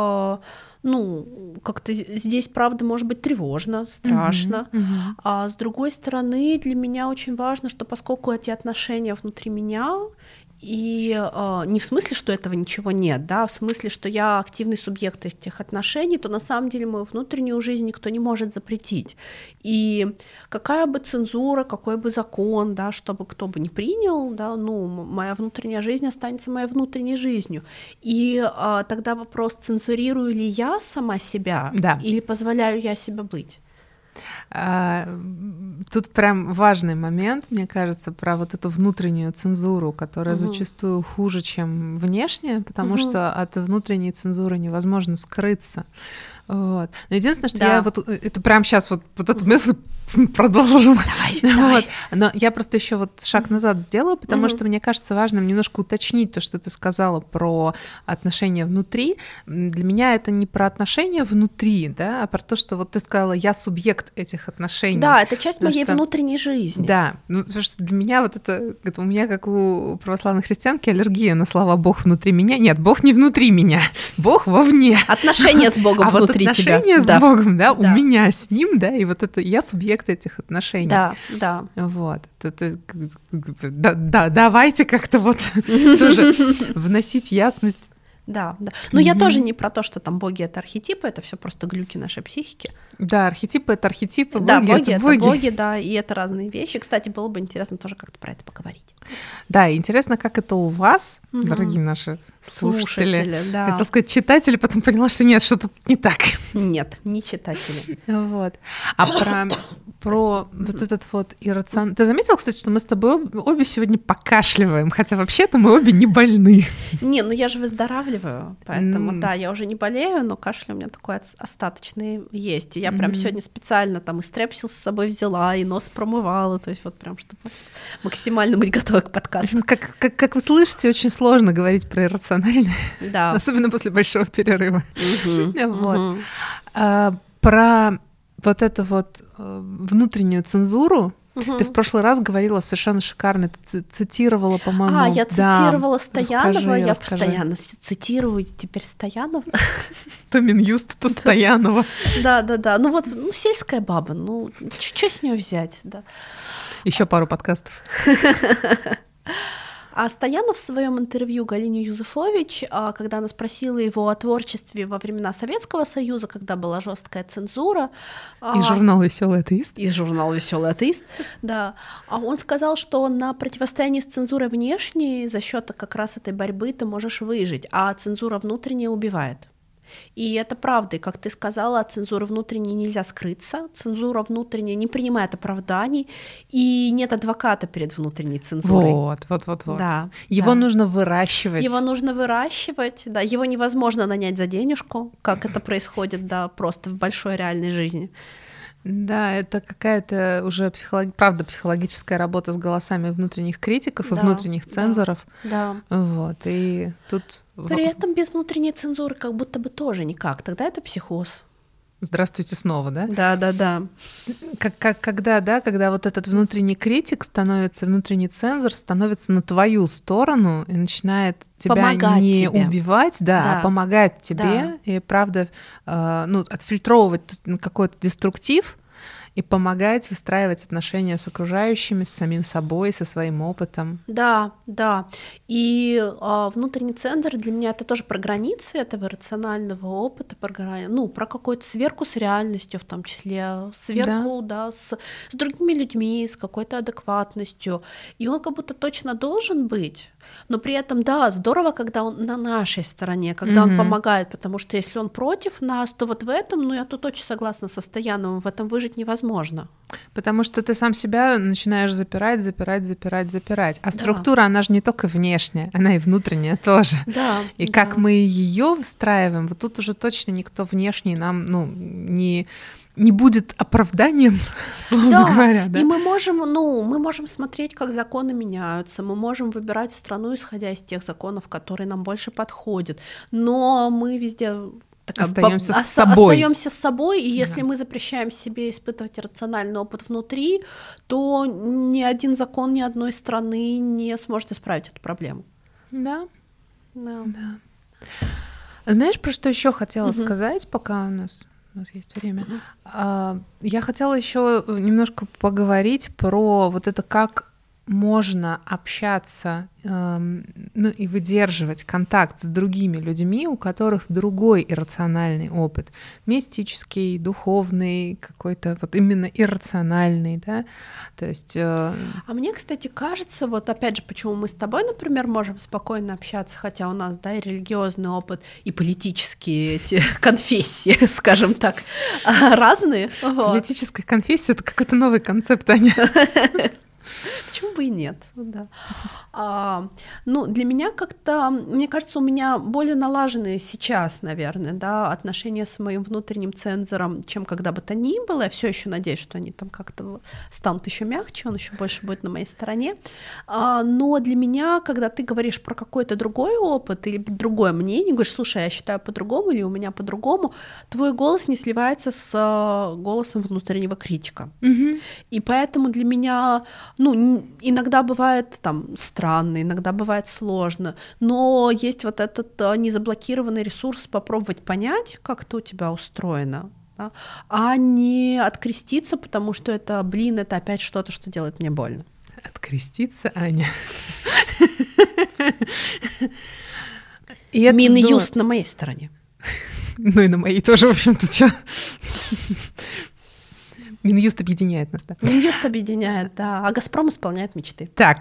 ну, как-то здесь, правда, может быть тревожно, страшно. А с другой стороны, для меня очень важно, что поскольку эти отношения внутри меня, и не в смысле, что этого ничего нет, да, а в смысле, что я активный субъект этих отношений, то на самом деле мою внутреннюю жизнь никто не может запретить. И какая бы цензура, какой бы закон, да, чтобы кто бы ни принял, да, ну, моя внутренняя жизнь останется моей внутренней жизнью. И тогда вопрос, цензурирую ли я сама себя, да, или позволяю я себе быть? Тут прям важный момент, мне кажется, про вот эту внутреннюю цензуру, которая зачастую хуже, чем внешняя, потому что от внутренней цензуры невозможно скрыться. Вот. Но единственное, что я вот это прямо сейчас вот эту мысль продолжим. Давай. Но я просто еще вот шаг назад сделаю, потому что мне кажется важным немножко уточнить то, что ты сказала про отношения внутри. Для меня это не про отношения внутри, да, а про то, что вот ты сказала, я субъект этих отношений. Да, это часть моей внутренней жизни. Да, ну, потому что для меня вот это у меня, как у православной христианки, аллергия на слова «Бог внутри меня». Нет, Бог не внутри меня, Бог вовне. Отношения с Богом внутри тебя. Отношения с Богом, да, у меня с Ним, да, и вот это я субъект этих отношений. Да. Вот. Давайте как-то вот тоже вносить ясность. Да. Но я тоже не про то, что там боги — это архетипы, это все просто глюки нашей психики. Да, архетипы — это архетипы, да, боги — это боги. Да, и это разные вещи. Кстати, было бы интересно тоже как-то про это поговорить. Да, интересно, как это у вас, дорогие наши слушатели. Да. Хотела сказать читатели, потом поняла, что нет, что-то не так. Нет, не читатели. Вот. А про вот этот вот иррациональный... Ты заметила, кстати, что мы с тобой обе сегодня покашливаем, хотя вообще-то мы обе не больны. Не, ну я же выздоравливаю, поэтому да, я уже не болею, но кашель у меня такой остаточный есть. И я прям сегодня специально там и стрепсил с собой взяла, и нос промывала, то есть вот прям, чтобы максимально быть готовой к подкасту. Как вы слышите, очень сложно говорить про иррациональное, особенно после большого перерыва. Вот. Про вот эту вот внутреннюю цензуру Ты в прошлый раз говорила совершенно шикарно, ты цитировала, по-моему. Я цитировала Стоянова, я расскажи. Постоянно цитирую теперь Стоянова. То Минюст, то Стоянова. Да. Ну, сельская баба, что с нее взять, да. Еще пару подкастов. А Стоянов в своем интервью Галине Юзефович, когда она спросила его о творчестве во времена Советского Союза, когда была жесткая цензура. И журнал «Веселый атеист». И журнал «Веселый атеист», да. Он сказал, что на противостоянии с цензурой внешней за счет как раз этой борьбы ты можешь выжить, а цензура внутренняя убивает. И это правда, и как ты сказала, от цензуры внутренней нельзя скрыться, цензура внутренняя не принимает оправданий, и нет адвоката перед внутренней цензурой. Вот. Да, его нужно выращивать. Да, его невозможно нанять за денежку, как это происходит, да, просто в большой реальной жизни. Да, это какая-то уже психологическая работа с голосами внутренних критиков и внутренних цензоров. Да. Вот, и тут... При этом без внутренней цензуры как будто бы тоже никак. Тогда это психоз. Здравствуйте снова, да? Да. Когда вот этот внутренний критик внутренний цензор становится на твою сторону и начинает тебя помогать не тебе. Убивать, а помогать тебе, и правда, отфильтровывать какой-то деструктив и помогать выстраивать отношения с окружающими, с самим собой, со своим опытом. Да. И внутренний цензор для меня это тоже про границы этого рационального опыта, про какую-то сверку с реальностью, в том числе сверку, с другими людьми, с какой-то адекватностью. И он как будто точно должен быть, но при этом, здорово, когда он на нашей стороне, когда он помогает, потому что если он против нас, то вот в этом, я тут очень согласна со Стояновым, в этом выжить невозможно. Потому что ты сам себя начинаешь запирать. А структура, она же не только внешняя, она и внутренняя тоже. Да. И как мы ее выстраиваем, вот тут уже точно никто внешний нам, не будет оправданием, словно говоря. Да? И мы можем смотреть, как законы меняются, мы можем выбирать страну, исходя из тех законов, которые нам больше подходят. Но мы везде остаемся с собой, и если мы запрещаем себе испытывать рациональный опыт внутри, то ни один закон ни одной страны не сможет исправить эту проблему. Да. Знаешь, про что еще хотела сказать, пока у нас есть время? Я хотела еще немножко поговорить про вот это, как можно общаться и выдерживать контакт с другими людьми, у которых другой иррациональный опыт, мистический, духовный, какой-то вот именно иррациональный, да, то есть... А мне, кстати, кажется, вот опять же, почему мы с тобой, например, можем спокойно общаться, хотя у нас, и религиозный опыт, и политические эти конфессии, скажем так, разные. Политическая конфессия — это какой-то новый концепт, Аня. Почему бы и нет? Да. Для меня как-то, мне кажется, у меня более налаженные сейчас, наверное, отношения с моим внутренним цензором, чем когда бы то ни было. Я все еще надеюсь, что они там как-то станут еще мягче, он еще больше будет на моей стороне. Но для меня, когда ты говоришь про какой-то другой опыт или другое мнение, говоришь, слушай, я считаю по-другому или у меня по-другому, твой голос не сливается с голосом внутреннего критика. И поэтому для меня... иногда бывает странно, иногда бывает сложно, но есть вот этот незаблокированный ресурс попробовать понять, как это у тебя устроено, да, а не откреститься, потому что это опять что-то, что делает мне больно. Откреститься, Аня. Минюст на моей стороне. Ну и на моей тоже, в общем-то, что... Минюст объединяет нас, да? Минюст объединяет, да, а «Газпром» исполняет мечты. Так.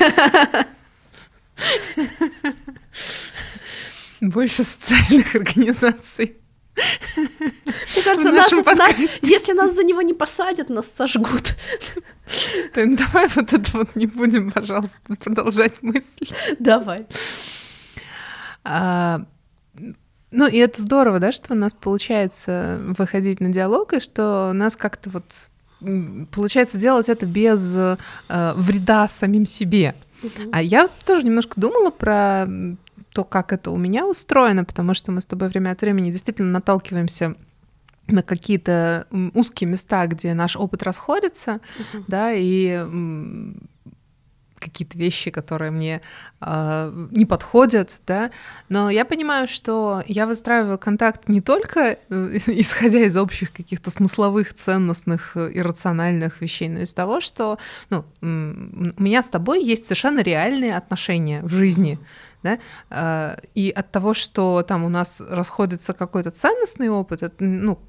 Больше социальных организаций. Мне кажется, если нас за него не посадят, нас сожгут. Давай вот это вот не будем, пожалуйста, продолжать мысль. Давай. И это здорово, да, что у нас получается выходить на диалог, и что у нас как-то вот получается делать это без вреда самим себе. А я тоже немножко думала про то, как это у меня устроено, потому что мы с тобой время от времени действительно наталкиваемся на какие-то узкие места, где наш опыт расходится, да, и какие-то вещи, которые мне не подходят, да, но я понимаю, что я выстраиваю контакт не только исходя из общих каких-то смысловых, ценностных, иррациональных вещей, но из того, что у меня с тобой есть совершенно реальные отношения в жизни, да, и от того, что там у нас расходится какой-то ценностный опыт, это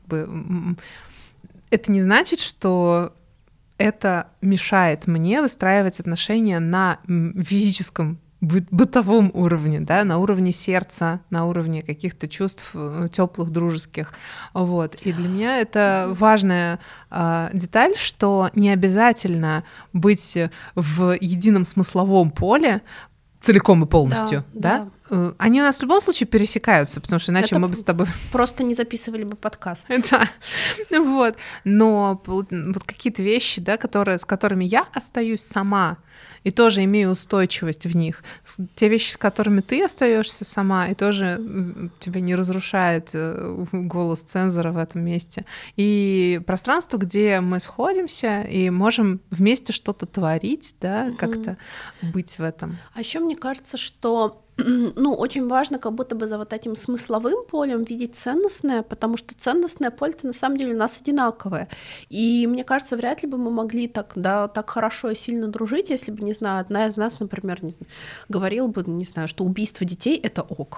не значит, что это мешает мне выстраивать отношения на физическом, бытовом уровне, да, на уровне сердца, на уровне каких-то чувств теплых, дружеских. Вот. И для меня это важная деталь, что не обязательно быть в едином смысловом поле целиком и полностью, да? Они у нас в любом случае пересекаются, потому что иначе мы бы с тобой... Просто не записывали бы подкаст. Да, вот. Но вот какие-то вещи, да, с которыми я остаюсь сама, и тоже имею устойчивость в них. Те вещи, с которыми ты остаешься сама, и тоже тебя не разрушает голос цензора в этом месте. И пространство, где мы сходимся и можем вместе что-то творить, да, как-то быть в этом. А еще мне кажется, что очень важно как будто бы за вот этим смысловым полем видеть ценностное, потому что ценностное поле-то на самом деле у нас одинаковое. И мне кажется, вряд ли бы мы могли так хорошо и сильно дружить, если бы, не знаю, одна из нас, например, говорила бы, не знаю, что убийство детей — это ок.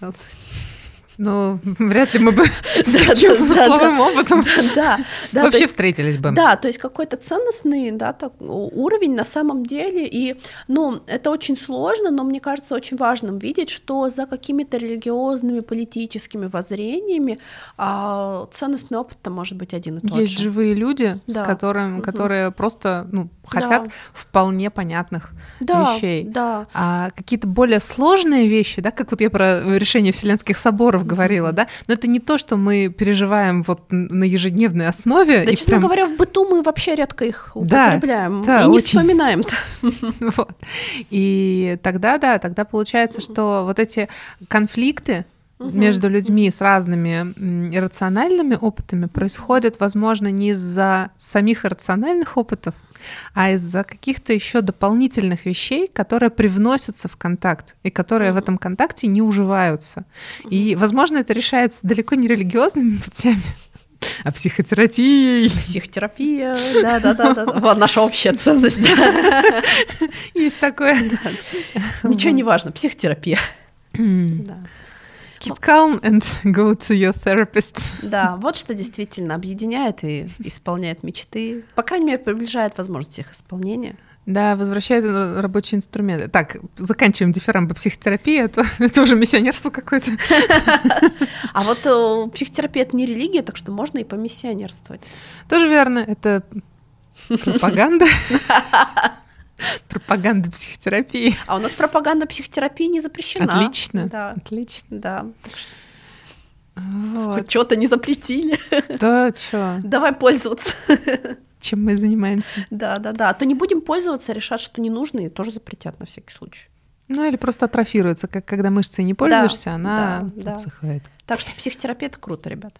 Ну, вряд ли мы бы с таким смысловым опытом вообще встретились бы. Да, то есть какой-то ценностный уровень на самом деле. И, это очень сложно, но мне кажется очень важным видеть, что за какими-то религиозными, политическими воззрениями ценностный опыт-то может быть один и тот же. Есть живые люди, которые просто хотят вполне понятных вещей. Да. А какие-то более сложные вещи, да, как вот я про решение Вселенских соборов говорила, да, но это не то, что мы переживаем вот на ежедневной основе. Да, честно говоря, в быту мы вообще редко их употребляем и не вспоминаем-то. Вот. И тогда получается, что вот эти конфликты между людьми с разными иррациональными опытами происходят, возможно, не из-за самих иррациональных опытов, а из-за каких-то еще дополнительных вещей, которые привносятся в контакт и которые в этом контакте не уживаются. И, возможно, это решается далеко не религиозными путями, а психотерапией. Психотерапия, да. Вот наша общая ценность. Есть такое. Ничего не важно, психотерапия. Keep calm and go to your therapist. Да, вот что действительно объединяет и исполняет мечты. По крайней мере, приближает возможность их исполнения. Да, возвращает рабочие инструменты. Так, заканчиваем дифирамбы психотерапии, а то это уже миссионерство какое-то. А вот психотерапия — это не религия, так что можно и помиссионерствовать. Тоже верно, это пропаганда. Пропаганда психотерапии. А у нас пропаганда психотерапии не запрещена. Отлично. Да. Отлично. Да. Вот. Хоть что-то не запретили. Да, чё? Давай пользоваться. Чем мы занимаемся. Да. А то не будем пользоваться, решат, что не нужно, и тоже запретят на всякий случай. Ну или просто атрофируется, как когда мышцей не пользуешься, она отсыхает. Так что психотерапия — это круто, ребят.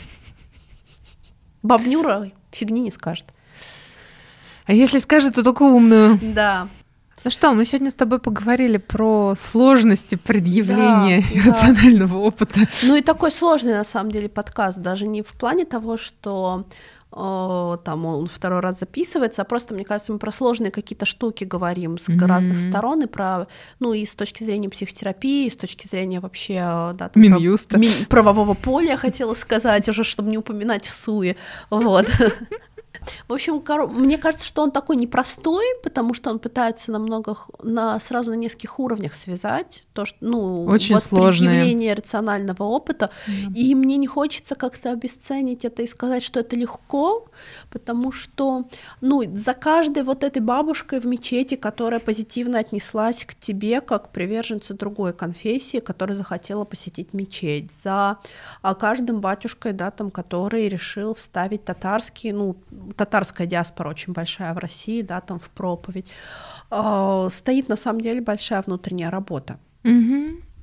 Бабнюра фигни не скажет. А если скажет, то только умную. Да. Ну что, мы сегодня с тобой поговорили про сложности предъявления иррационального опыта. Ну и такой сложный, на самом деле, подкаст, даже не в плане того, что там он второй раз записывается, а просто, мне кажется, мы про сложные какие-то штуки говорим с разных сторон, и про, и с точки зрения психотерапии, и с точки зрения вообще, Минюста. Правового поля, я хотела сказать, уже чтобы не упоминать СУИ, вот. В общем, мне кажется, что он такой непростой, потому что он пытается сразу на нескольких уровнях связать то, что, очень сложное предъявление рационального опыта. И мне не хочется как-то обесценить это и сказать, что это легко, потому что, за каждой вот этой бабушкой в мечети, которая позитивно отнеслась к тебе как приверженцу другой конфессии, которая захотела посетить мечеть, за каждым батюшкой, который решил вставить татарская диаспора очень большая в России, там в проповедь, стоит на самом деле большая внутренняя работа.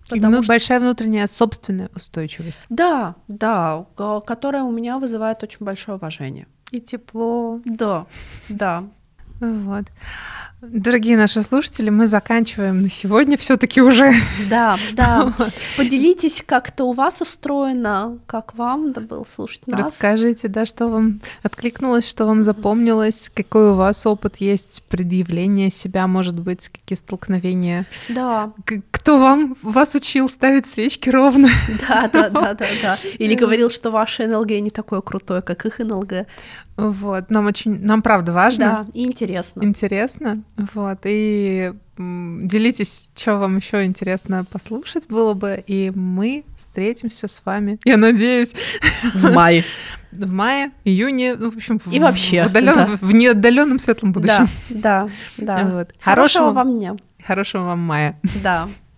Именно большая внутренняя собственная устойчивость. Да, которая у меня вызывает очень большое уважение. И тепло. Да. Вот. Дорогие наши слушатели, мы заканчиваем на сегодня все-таки уже. Да. Поделитесь, как это у вас устроено, как вам было слушать нас. Расскажите, что вам откликнулось, что вам запомнилось, какой у вас опыт есть, предъявление себя, может быть, какие столкновения. Да. Кто вас учил ставить свечки ровно? Да. Или говорил, что ваше НЛГ не такое крутое, как их НЛГ. Вот, нам правда важно. Да, и интересно. Интересно, вот, и делитесь, что вам еще интересно послушать было бы, и мы встретимся с вами, я надеюсь, в мае. В мае, июне, в общем, и вообще в неотдаленном светлом будущем. Да. Вот. Хорошего вам дня. Хорошего вам мая. Да.